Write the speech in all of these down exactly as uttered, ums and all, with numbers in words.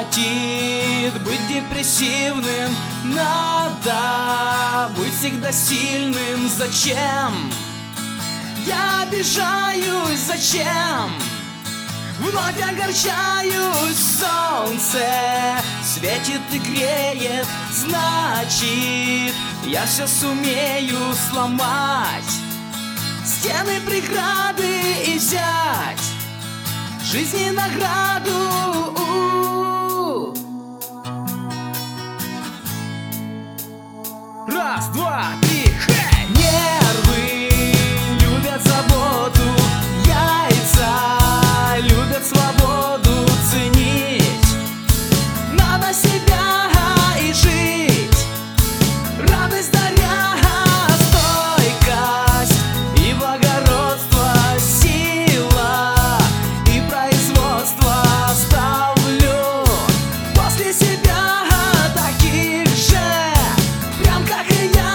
хватит быть депрессивным, надо быть всегда сильным. Зачем я обижаюсь, зачем вновь огорчаюсь? Солнце светит и греет, значит, я все сумею сломать стены, преграды и взять жизни награду. Раз, два, три, хей! Нервы любят заботу, яйца любят свободу. Ценить надо себя и жить, радость даря, стойкость и благородство, сила и производство. Ставлю после себя таких же, прям как и я.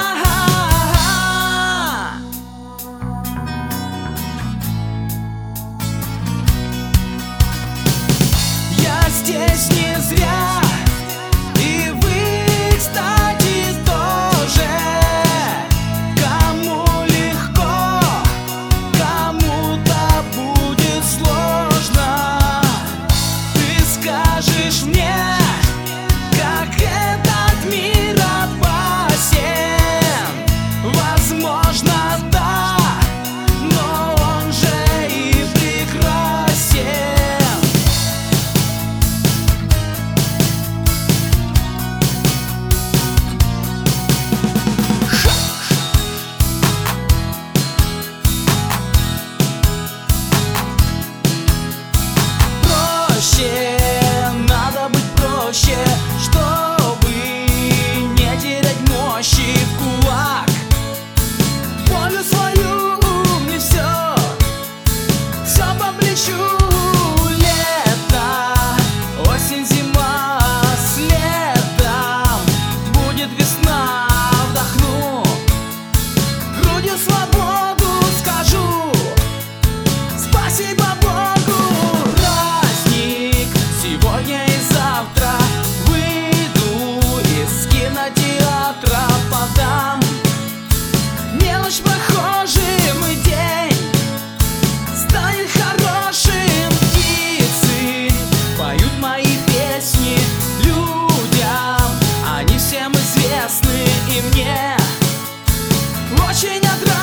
Я здесь не зря, и вы, кстати, тоже. Кому легко, кому-то будет сложно. Ты скажешь мне, как этот мир опасен. Возможно, да, но он же и прекрасен. Проще, надо быть проще, чтобы не терять мощи в кулак. Волю свою мне все, все по плечу. Лето, осень, зима, следом будет весна. Вдохну грудью свободу, скажу спасибо Богу. Праздник сегодня и завтра, выйду из кинотеатра, подам мелочь похожим, и день станет хорошим. Птицы поют мои песни людям, они всем известны, и мне очень отрадны.